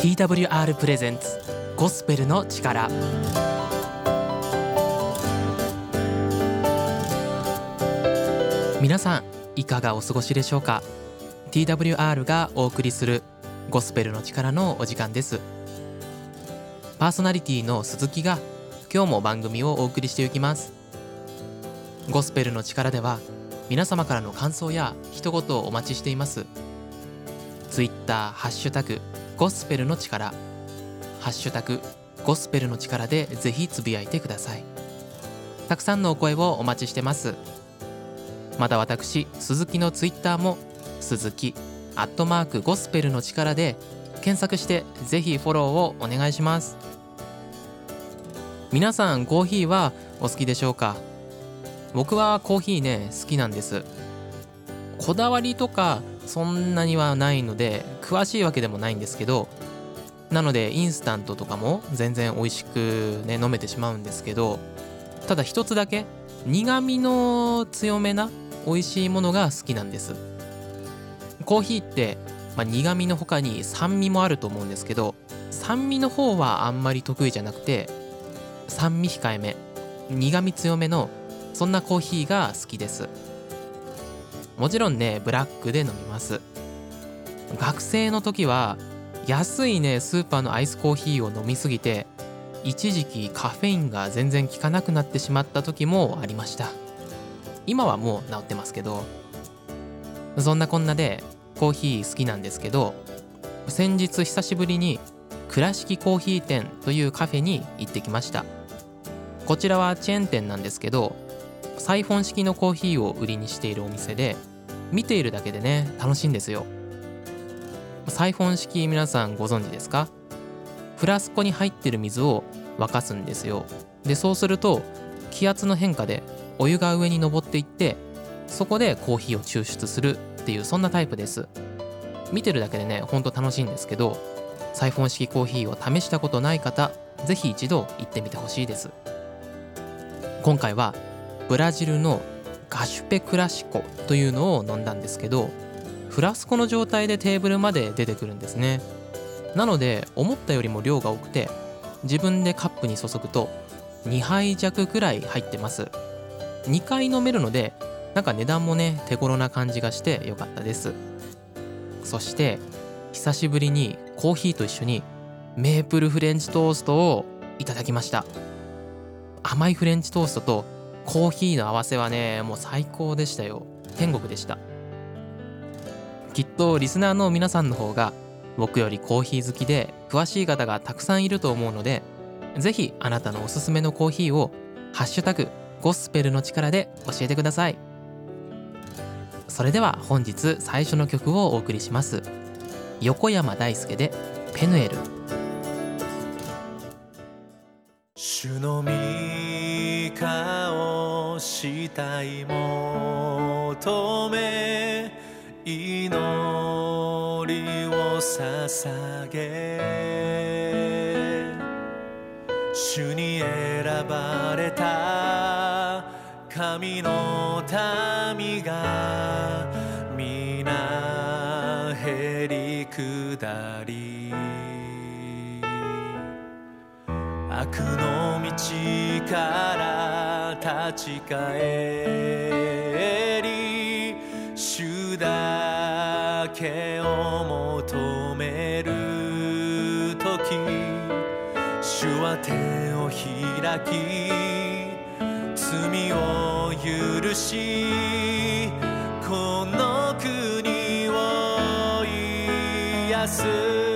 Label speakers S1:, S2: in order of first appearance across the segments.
S1: TWR プレゼンツゴスペルの力。皆さんいかがお過ごしでしょうか。 TWR がお送りするゴスペルの力のお時間です。パーソナリティの鈴木が今日も番組をお送りしていきます。ゴスペルの力では皆様からの感想や一言をお待ちしています。ツイッターハッシュタグゴスペルの力、ハッシュタグゴスペルの力でぜひつぶやいてください。たくさんのお声をお待ちしてます。また私鈴木のツイッターも鈴木@ゴスペルの力で検索してぜひフォローをお願いします。皆さんコーヒーはお好きでしょうか。僕はコーヒーね好きなんです。こだわりとかそんなにはないので詳しいわけでもないんですけど、なのでインスタントとかも全然美味しくね飲めてしまうんですけど、ただ一つだけ苦味の強めな美味しいものが好きなんです。コーヒーって、苦味の他に酸味もあると思うんですけど、酸味の方はあんまり得意じゃなくて、酸味控えめ苦味強めのそんなコーヒーが好きです。もちろんねブラックで飲みます。学生の時は安いねスーパーのアイスコーヒーを飲みすぎて一時期カフェインが全然効かなくなってしまった時もありました。今はもう治ってますけど、そんなこんなでコーヒー好きなんですけど、先日久しぶりに倉敷コーヒー店というカフェに行ってきました。こちらはチェーン店なんですけど、サイフォン式のコーヒーを売りにしているお店で、見ているだけでね楽しいんですよ。サイフォン式皆さんご存知ですか。フラスコに入ってる水を沸かすんですよ。でそうすると気圧の変化でお湯が上に上っていって、そこでコーヒーを抽出するっていうそんなタイプです。見てるだけでねほんと楽しいんですけど、サイフォン式コーヒーを試したことない方ぜひ一度行ってみてほしいです。今回はブラジルのガシュペクラシコというのを飲んだんですけど、フラスコの状態でテーブルまで出てくるんですね。なので思ったよりも量が多くて、自分でカップに注ぐと2杯弱くらい入ってます。2回飲めるのでなんか値段もね手頃な感じがしてよかったです。そして久しぶりにコーヒーと一緒にメープルフレンチトーストをいただきました。甘いフレンチトーストとコーヒーの合わせはねもう最高でしたよ。天国でした。きっとリスナーの皆さんの方が僕よりコーヒー好きで詳しい方がたくさんいると思うので、ぜひあなたのおすすめのコーヒーをハッシュタグゴスペルの力で教えてください。それでは本日最初の曲をお送りします。横山大輔でペヌエル。
S2: 主の御顔したい求め、祈りを捧げ、主に選ばれた神の民が皆へり下り、悪の道から立ち返り、主だけを求めるとき、主は手を開き罪を許し、この国を癒す。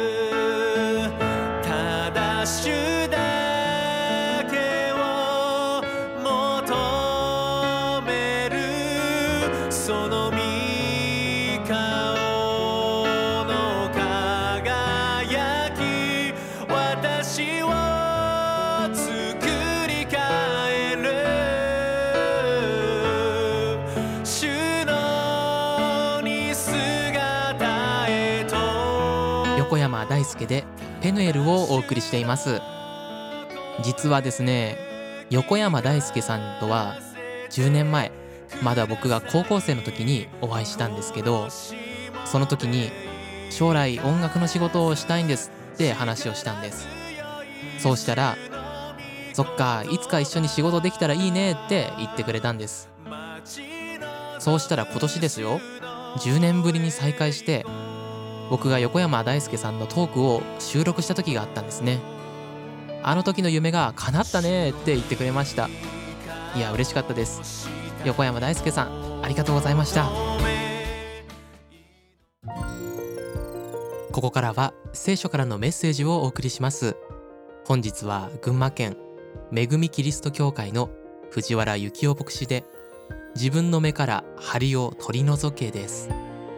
S2: ただ主だけを求める、その御顔の輝き、私を作り変える。主の似姿へと。
S1: 横山大輔でペヌエルをお送りしています。実はですね、横山大輔さんとは10年前、まだ僕が高校生の時にお会いしたんですけど、その時に将来音楽の仕事をしたいんですっって話をしたんです。そうしたら、そっか、いつか一緒に仕事できたらいいねって言ってくれたんです。そうしたら今年ですよ、10年ぶりに再会して、僕が横山大輔さんのトークを収録した時があったんですね。あの時の夢が叶ったねって言ってくれました。いや、嬉しかったです。横山大輔さん、ありがとうございました。ここからは聖書からのメッセージをお送りします。本日は群馬県恵みキリスト教会の藤原幸雄牧師で、自分の目から針を取り除けです。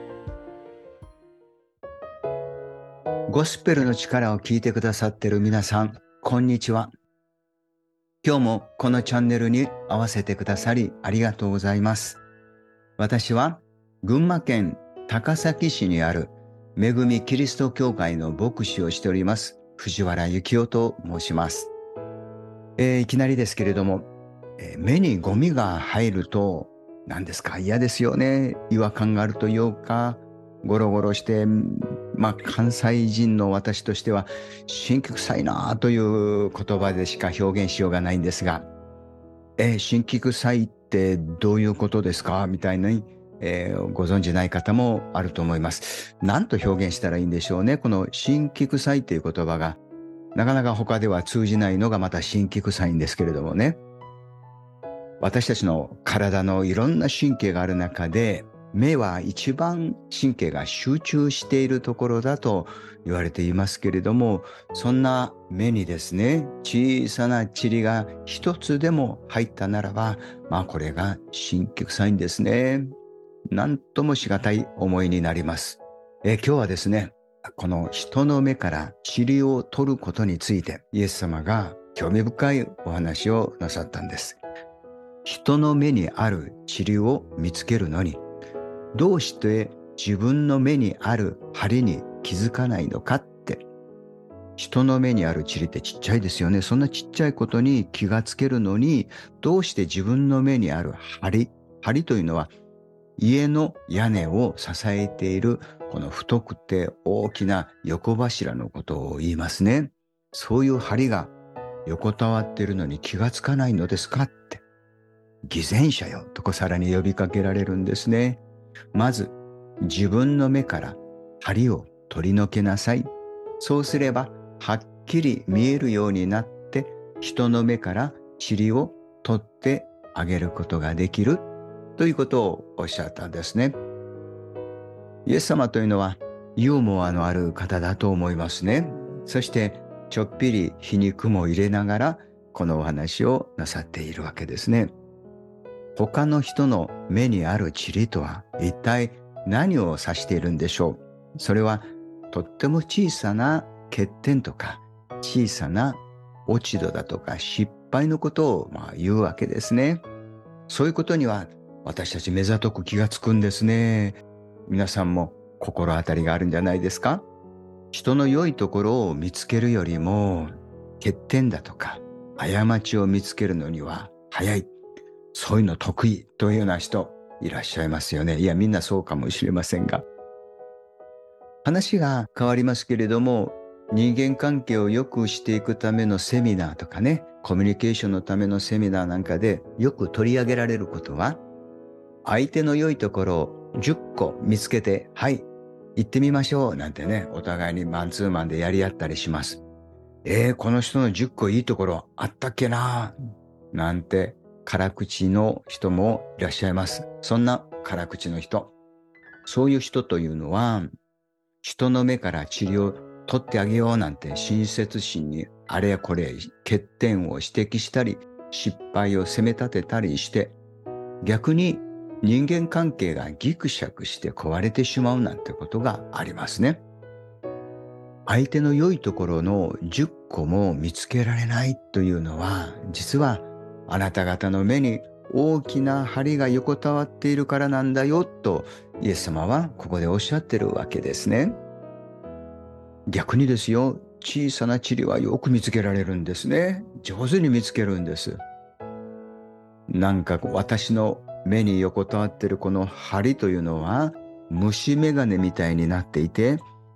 S3: ゴスペルの力を聞いてくださっている皆さん、こんにちは。今日もこのチャンネルに合わせてくださりありがとうございます。私は群馬県高崎市にある恵みキリスト教会の牧師をしております藤原幸雄と申します。いきなりですけれども、目にゴミが入ると何ですか、嫌ですよね。違和感があるというか、ゴロゴロして、関西人の私としては辛気臭いなという言葉でしか表現しようがないんですが、辛気臭いってどういうことですかみたいに、ご存じない方もあると思います。何と表現したらいいんでしょうね。この辛気臭いという言葉がなかなか他では通じないのがまた辛気臭いんですけれどもね。私たちの体のいろんな神経がある中で、目は一番神経が集中しているところだと言われていますけれども、そんな目にですね、小さな塵が一つでも入ったならば、これが辛気臭いんですね。なんともしがたい思いになります。今日はですね、この人の目から塵を取ることについて、イエス様が興味深いお話をなさったんです。人の目にある塵を見つけるのに、どうして自分の目にある針に気づかないのかって。人の目にある塵ってちっちゃいですよね。そんなちっちゃいことに気がつけるのに、どうして自分の目にある針というのは家の屋根を支えているこの太くて大きな横柱のことを言いますね。そういう針が横たわっているのに気がつかないのですかって。偽善者よとさらに呼びかけられるんですね。まず自分の目から針を取り除けなさい。そうすればはっきり見えるようになって、人の目から塵を取ってあげることができるということをおっしゃったんですね。イエス様というのはユーモアのある方だと思いますね。そしてちょっぴり皮肉も入れながらこのお話をなさっているわけですね。他の人の目にある塵とは一体何を指しているんでしょう。それはとっても小さな欠点とか小さな落ち度だとか失敗のことを言うわけですね。そういうことには私たち目ざとく気がつくんですね。皆さんも心当たりがあるんじゃないですか。人の良いところを見つけるよりも欠点だとか過ちを見つけるのには早い。そういうの得意というような人いらっしゃいますよね。いや、みんなそうかもしれませんが。話が変わりますけれども、人間関係を良くしていくためのセミナーとかね、コミュニケーションのためのセミナーなんかでよく取り上げられることは、相手の良いところを10個見つけて、はい、行ってみましょうなんてね、お互いにマンツーマンでやり合ったりします。この人の10個いいところあったっけななんて辛口の人もいらっしゃいます。そんな辛口の人。そういう人というのは、人の目から塵を取ってあげようなんて親切心にあれやこれ欠点を指摘したり、失敗を責め立てたりして、逆に人間関係がギクシャクして壊れてしまうなんてことがありますね。相手の良いところの10個も見つけられないというのは、実はあなた方の目に大きな針が横たわっているからなんだよとイエス様はここでおっしゃってるわけですね。逆にですよ、小さな塵はよく見つけられるんですね。上手に見つけるんです。なんか私の目に横たわっているこの針というのは虫眼鏡みたいになっていて、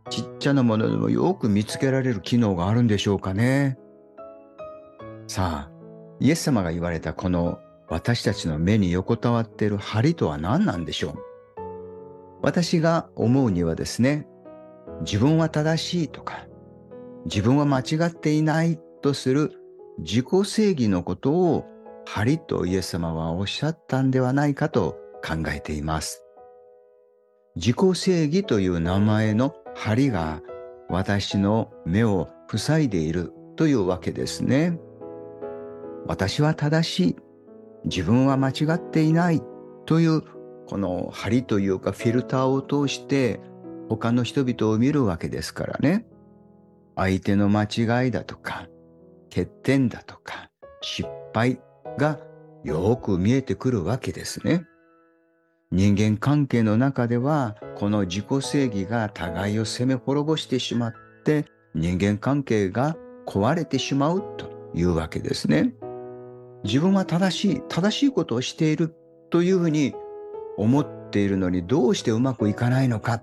S3: ちっちゃなものでもよく見つけられる機能があるんでしょうかね。さあ、イエス様が言われたこの私たちの目に横たわっている針とは何なんでしょう。私が思うにはですね、自分は正しいとか、自分は間違っていないとする自己正義のことを針とイエス様はおっしゃったんではないかと考えています。自己正義という名前の針が私の目を塞いでいるというわけですね。私は正しい、自分は間違っていないというこの針というかフィルターを通して他の人々を見るわけですからね。相手の間違いだとか欠点だとか失敗がよく見えてくるわけですね。人間関係の中ではこの自己正義が互いを責め滅ぼしてしまって人間関係が壊れてしまうというわけですね。自分は正しいことをしているというふうに思っているのにどうしてうまくいかないのか。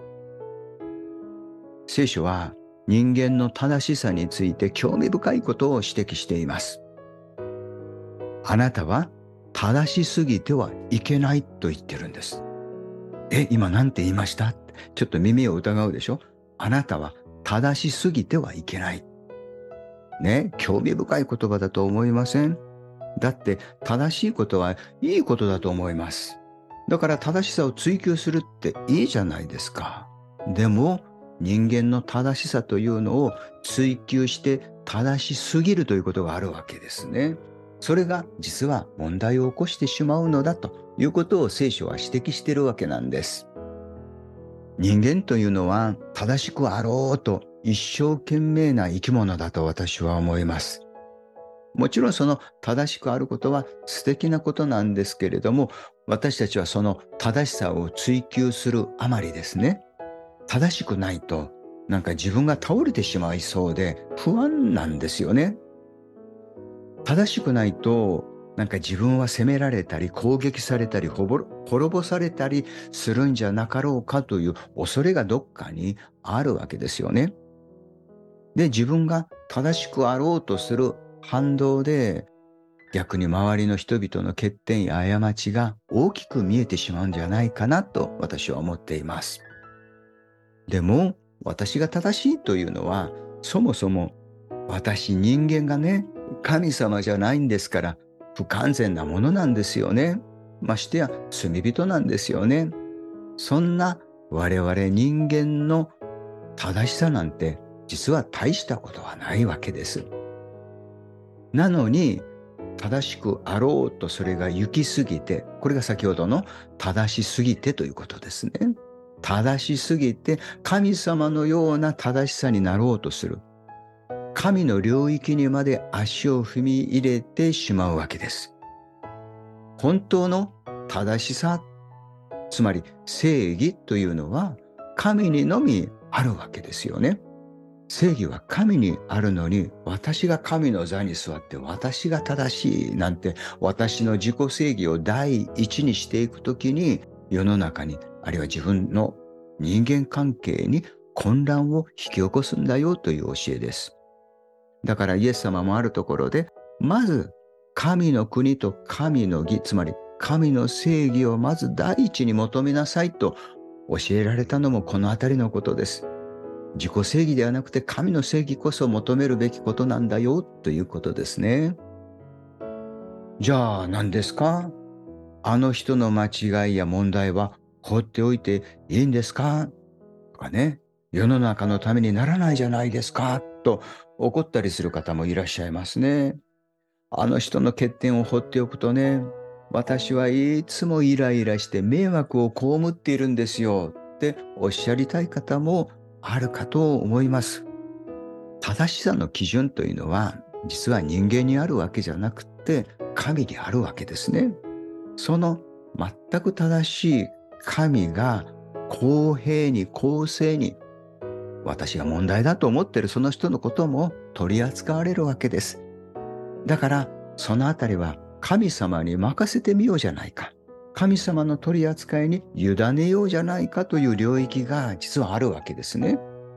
S3: 聖書は人間の正しさについて興味深いことを指摘しています。あなたは正しすぎてはいけないと言ってるんです。今何て言いました？ちょっと耳を疑うでしょ。あなたは正しすぎてはいけない。ね、興味深い言葉だと思いません？だって正しいことはいいことだと思います。だから正しさを追求するっていいじゃないですか。でも人間の正しさというのを追求して正しすぎるということがあるわけですね。それが実は問題を起こしてしまうのだということを聖書は指摘しているわけなんです。人間というのは正しくあろうと一生懸命な生き物だと私は思います。もちろんその正しくあることは素敵なことなんですけれども、私たちはその正しさを追求するあまりですね、正しくないとなんか自分が倒れてしまいそうで不安なんですよね。正しくないとなんか自分は責められたり攻撃されたり滅ぼされたりするんじゃなかろうかという恐れがどっかにあるわけですよね。で、自分が正しくあろうとする反動で逆に周りの人々の欠点や過ちが大きく見えてしまうんじゃないかなと私は思っています。でも私が正しいというのはそもそも私人間がね、神様じゃないんですから不完全なものなんですよね。ましてや罪人なんですよね。そんな我々人間の正しさなんて実は大したことはないわけです。なのに正しくあろうとそれが行き過ぎて、これが先ほどの正しすぎてということですね。正しすぎて神様のような正しさになろうとする。神の領域にまで足を踏み入れてしまうわけです。本当の正しさ、つまり正義というのは神にのみあるわけですよね。正義は神にあるのに、私が神の座に座って私が正しいなんて私の自己正義を第一にしていくときに世の中にあるいは自分の人間関係に混乱を引き起こすんだよという教えです。だからイエス様もあるところでまず神の国と神の義、つまり神の正義をまず第一に求めなさいと教えられたのもこのあたりのことです。自己正義ではなくて神の正義こそ求めるべきことなんだよということですね。じゃあ何ですか？あの人の間違いや問題は放っておいていいんですか？とかね、世の中のためにならないじゃないですかと怒ったりする方もいらっしゃいますね。あの人の欠点を放っておくとね、私はいつもイライラして迷惑を被っているんですよっておっしゃりたい方もあるかと思います。正しさの基準というのは実は人間にあるわけじゃなくて神にあるわけですね。その全く正しい神が公平に公正に私が問題だと思っているその人のことも取り扱われるわけです。だからそのあたりは神様に任せてみようじゃないか。神様の取り扱いに委ねようじゃないかという領域が実はあるわけですね。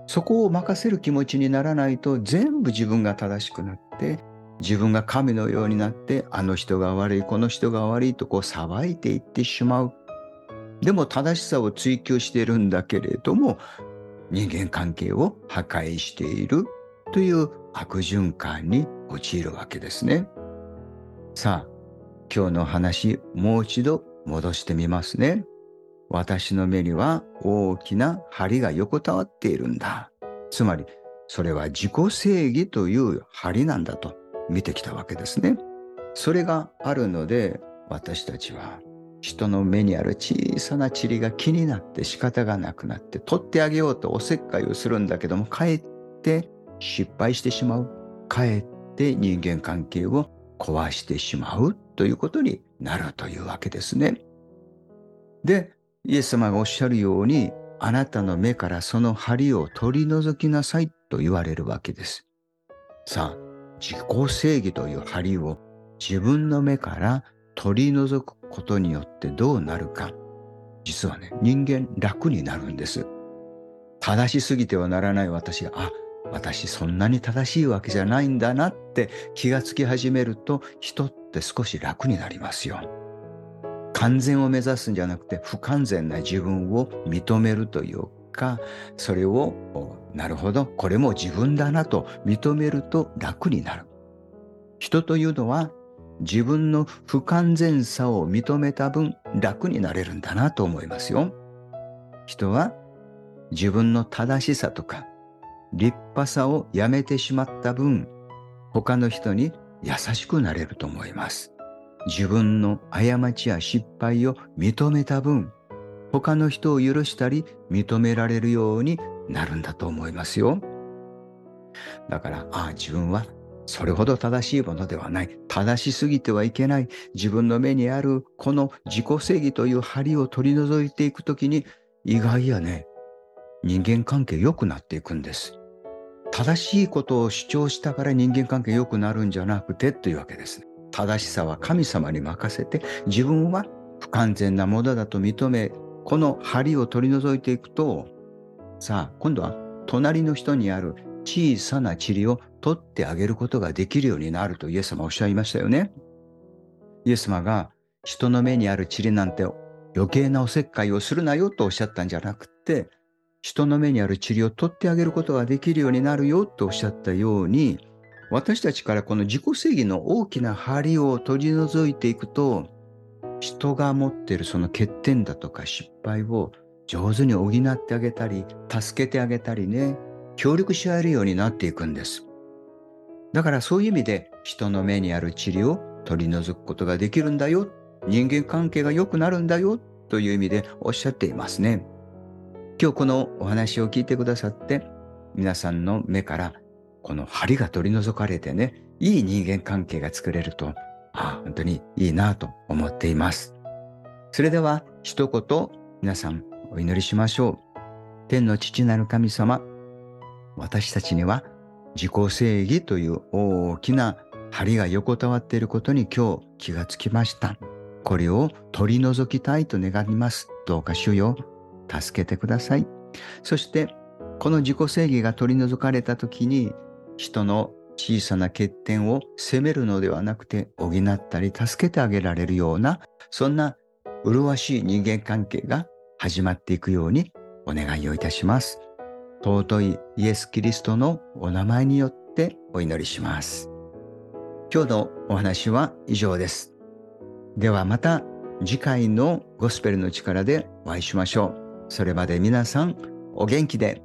S3: そこを任せる気持ちにならないと、全部自分が正しくなって、自分が神のようになって、あの人が悪い、この人が悪いと騒いでいってしまう。でも正しさを追求しているんだけれども、人間関係を破壊しているという悪循環に陥るわけですね。さあ、今日の話、もう一度戻してみますね。私の目には大きな針が横たわっているんだ。つまり、それは自己正義という針なんだと見てきたわけですね。それがあるので、私たちは人の目にある小さな塵が気になって仕方がなくなって、取ってあげようとおせっかいをするんだけども、かえって失敗してしまう。かえって人間関係を壊してしまうということになるというわけですね。で、イエス様がおっしゃるように、あなたの目からその針を取り除きなさいと言われるわけです。さあ、自己正義という針を自分の目から取り除くことによってどうなるか。実はね、人間楽になるんです。正しすぎてはならない私が、私そんなに正しいわけじゃないんだなって気がつき始めると、人って少し楽になりますよ。完全を目指すんじゃなくて、不完全な自分を認めるというか、それを、なるほど、これも自分だなと認めると楽になる。人というのは、自分の不完全さを認めた分、楽になれるんだなと思いますよ。人は、自分の正しさとか、立派さをやめてしまった分、他の人に優しくなれると思います。自分の過ちや失敗を認めた分、他の人を許したり認められるようになるんだと思いますよ。だから、自分はそれほど正しいものではない。正しすぎてはいけない。自分の目にあるこの自己正義という針を取り除いていくときに、意外やね、人間関係良くなっていくんです。正しいことを主張したから人間関係良くなるんじゃなくてというわけですね。正しさは神様に任せて、自分は不完全なものだと認め、この針を取り除いていくと、さあ、今度は隣の人にある小さな塵を取ってあげることができるようになるとイエス様はおっしゃいましたよね。イエス様が人の目にある塵なんて余計なおせっかいをするなよとおっしゃったんじゃなくて、人の目にある塵を取ってあげることができるようになるよとおっしゃったように、私たちからこの自己正義の大きな針を取り除いていくと、人が持っているその欠点だとか失敗を上手に補ってあげたり、助けてあげたりね、協力し合えるようになっていくんです。だからそういう意味で人の目にある塵を取り除くことができるんだよ、人間関係が良くなるんだよという意味でおっしゃっていますね。今日このお話を聞いてくださって、皆さんの目からこの針が取り除かれてね、いい人間関係が作れると、本当にいいなと思っています。それでは一言皆さんお祈りしましょう。天の父なる神様、私たちには自己正義という大きな針が横たわっていることに今日気がつきました。これを取り除きたいと願います。どうか主よ、助けてください。そしてこの自己正義が取り除かれた時に、人の小さな欠点を責めるのではなくて補ったり助けてあげられるような、そんな麗しい人間関係が始まっていくようにお願いをいたします。尊いイエス・キリストのお名前によってお祈りします。今日のお話は以上です。ではまた次回のゴスペルの力でお会いしましょう。それまで皆さんお元気で。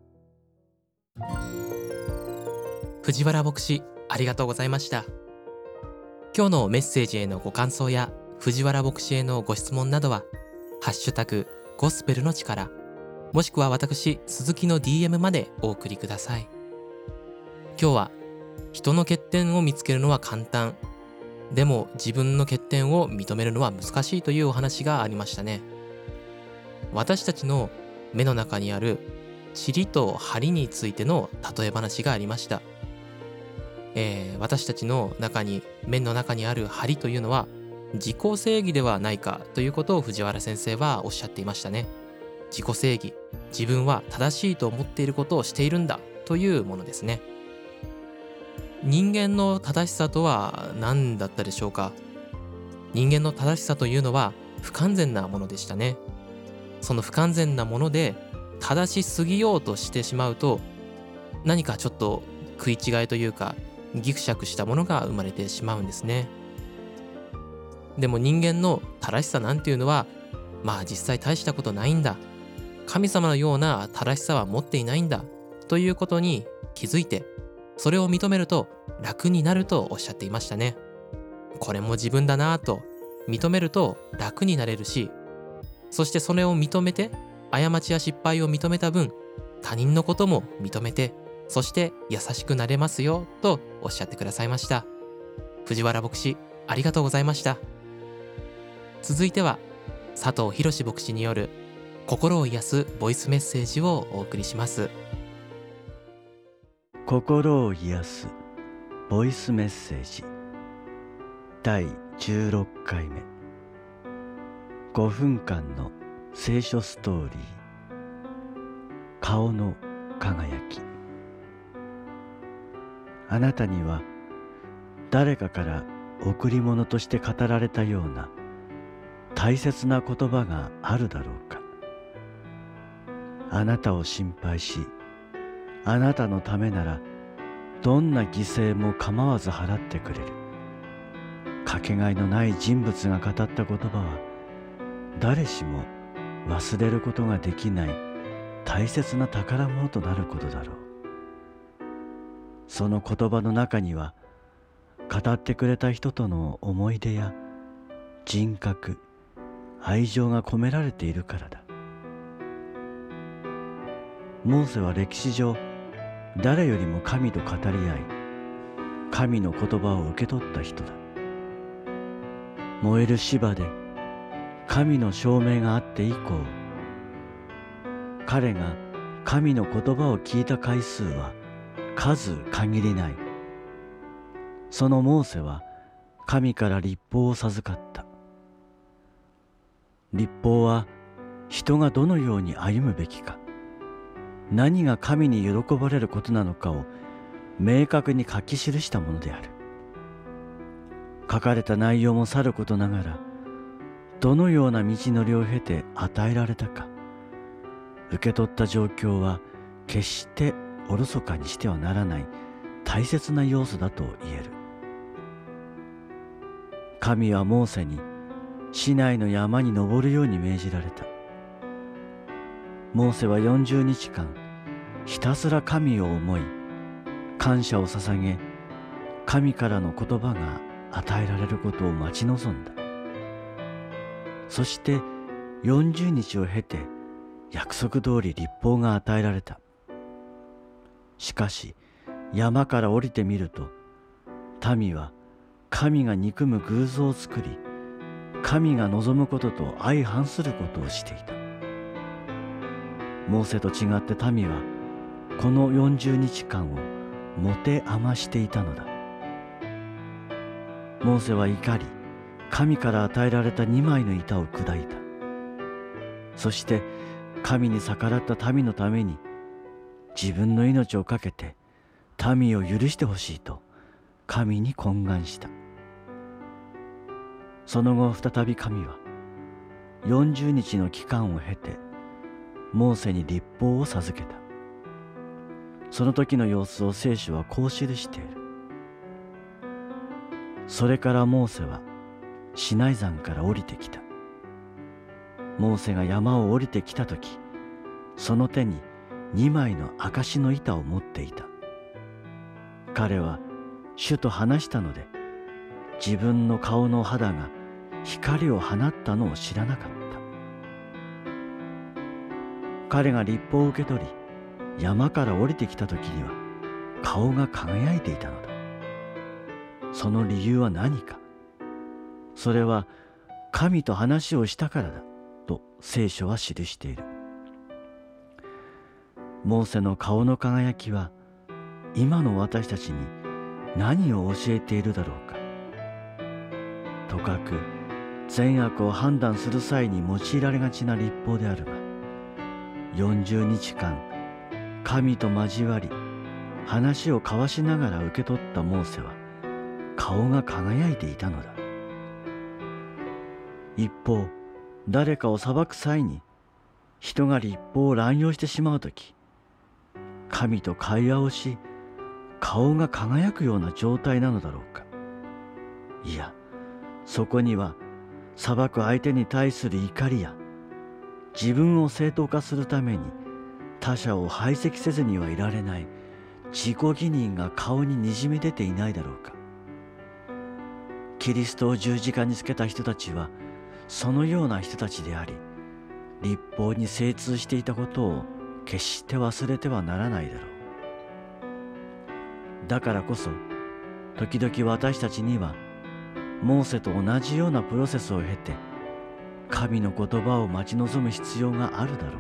S1: 藤原牧師、ありがとうございました。今日のメッセージへのご感想や藤原牧師へのご質問などは、ハッシュタグゴスペルの力、もしくは私鈴木の DM までお送りください。今日は人の欠点を見つけるのは簡単、でも自分の欠点を認めるのは難しいというお話がありましたね。私たちの目の中にある塵と針についての例え話がありました。私たちの目の中にある針というのは自己正義ではないかということを藤原先生はおっしゃっていましたね。自己正義、 自分は正しいと思っていることをしているんだというものですね。人間の正しさとは何だったでしょうか。人間の正しさというのは不完全なものでしたね。その不完全なもので正しすぎようとしてしまうと、何かちょっと食い違いというかギクシャクしたものが生まれてしまうんですね。でも人間の正しさなんていうのは、まあ実際大したことないんだ、神様のような正しさは持っていないんだということに気づいて、それを認めると楽になるとおっしゃっていましたね。これも自分だなぁと認めると楽になれるし、そしてそれを認めて、過ちや失敗を認めた分、他人のことも認めて、そして優しくなれますよとおっしゃってくださいました。藤原牧師、ありがとうございました。続いては佐藤博牧師による心を癒すボイスメッセージをお送りします。
S4: 心を癒すボイスメッセージ第16回目、5分間の聖書ストーリー、顔の輝き。あなたには誰かから贈り物として語られたような大切な言葉があるだろうか。あなたを心配し、あなたのためならどんな犠牲も構わず払ってくれる。かけがえのない人物が語った言葉は、誰しも忘れることができない大切な宝物となることだろう。その言葉の中には、語ってくれた人との思い出や人格、愛情が込められているからだ。モーセは歴史上、誰よりも神と語り合い、神の言葉を受け取った人だ。燃える芝で神の証明があって以降、彼が神の言葉を聞いた回数は数限りない。そのモーセは神から律法を授かった。律法は人がどのように歩むべきか、何が神に喜ばれることなのかを明確に書き記したものである。書かれた内容もさることながら、どのような道のりを経て与えられたか、受け取った状況は決しておろそかにしてはならない大切な要素だと言える。神はモーセにシナイの山に登るように命じられた。モーセは40日間ひたすら神を思い、感謝を捧げ、神からの言葉が与えられることを待ち望んだ。そして40日を経て約束通り律法が与えられた。しかし山から降りてみると、民は神が憎む偶像を作り、神が望むことと相反することをしていた。モーセと違って民はこの40日間を持て余していたのだ。モーセは怒り、神から与えられた2枚の板を砕いた。そして神に逆らった民のために自分の命を懸けて民を許してほしいと神に懇願した。その後再び神は40日の期間を経てモーセに律法を授けた。その時の様子を聖書はこう記している。それからモーセはシナイ山から降りてきた。モーセが山を降りてきた時、その手に2枚の証の板を持っていた。彼は主と話したので、自分の顔の肌が光を放ったのを知らなかった。彼が律法を受け取り、山から降りてきた時には顔が輝いていたのだ。その理由は何か。それは神と話をしたからだと聖書は記している。モーセの顔の輝きは今の私たちに何を教えているだろうか。とかく善悪を判断する際に用いられがちな律法であるが、 40日間神と交わり話を交わしながら受け取ったモーセは顔が輝いていたのだ。一方、誰かを裁く際に人が律法を乱用してしまうとき、神と会話をし顔が輝くような状態なのだろうか。いや、そこには裁く相手に対する怒りや自分を正当化するために他者を排斥せずにはいられない自己義認が顔ににじみ出ていないだろうか。キリストを十字架につけた人たちはそのような人たちであり、律法に精通していたことを決して忘れてはならないだろう。だからこそ時々私たちにはモーセと同じようなプロセスを経て神の言葉を待ち望む必要があるだろう。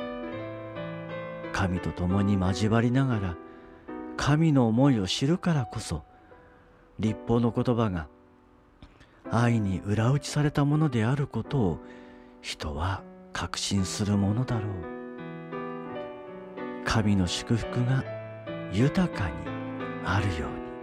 S4: 神と共に交わりながら神の思いを知るからこそ、律法の言葉が愛に裏打ちされたものであることを人は確信するものだろう。神の祝福が豊かにあるように。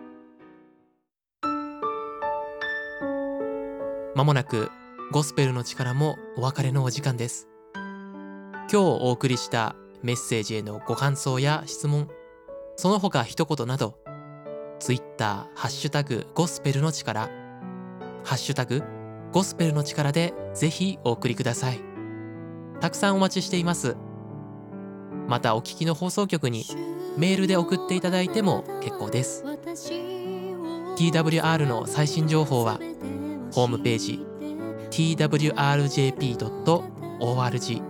S1: まもなくゴスペルの力もお別れのお時間です。今日お送りしたメッセージへのご感想や質問、その他一言など、ツイッターハッシュタグゴスペルの力、ハッシュタグゴスペルの力でぜひお送りください。たくさんお待ちしています。またお聞きの放送局にメールで送っていただいても結構です。 TWR の最新情報はホームページ twrjp.org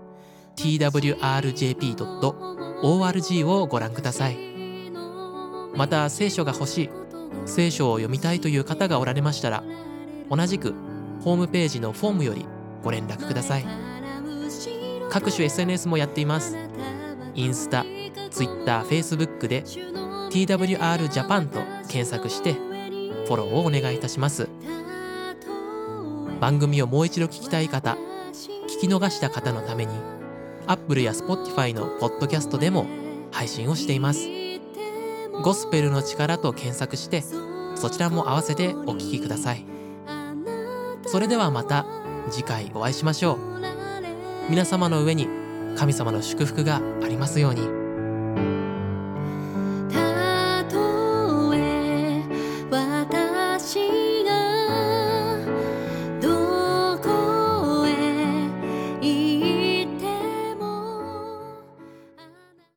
S1: twrjp.org をご覧ください。また聖書が欲しい、聖書を読みたいという方がおられましたら、同じくホームページのフォームよりご連絡ください。各種 SNS もやっています。インスタ、ツイッター、フェイスブックで TWR ジャパンと検索してフォローをお願いいたします。番組をもう一度聞きたい方、聞き逃した方のために Apple や Spotify のポッドキャストでも配信をしています。ゴスペルの力と検索してそちらも合わせてお聞きください。それではまた次回お会いしましょう。皆様の上に神様の祝福がありますように。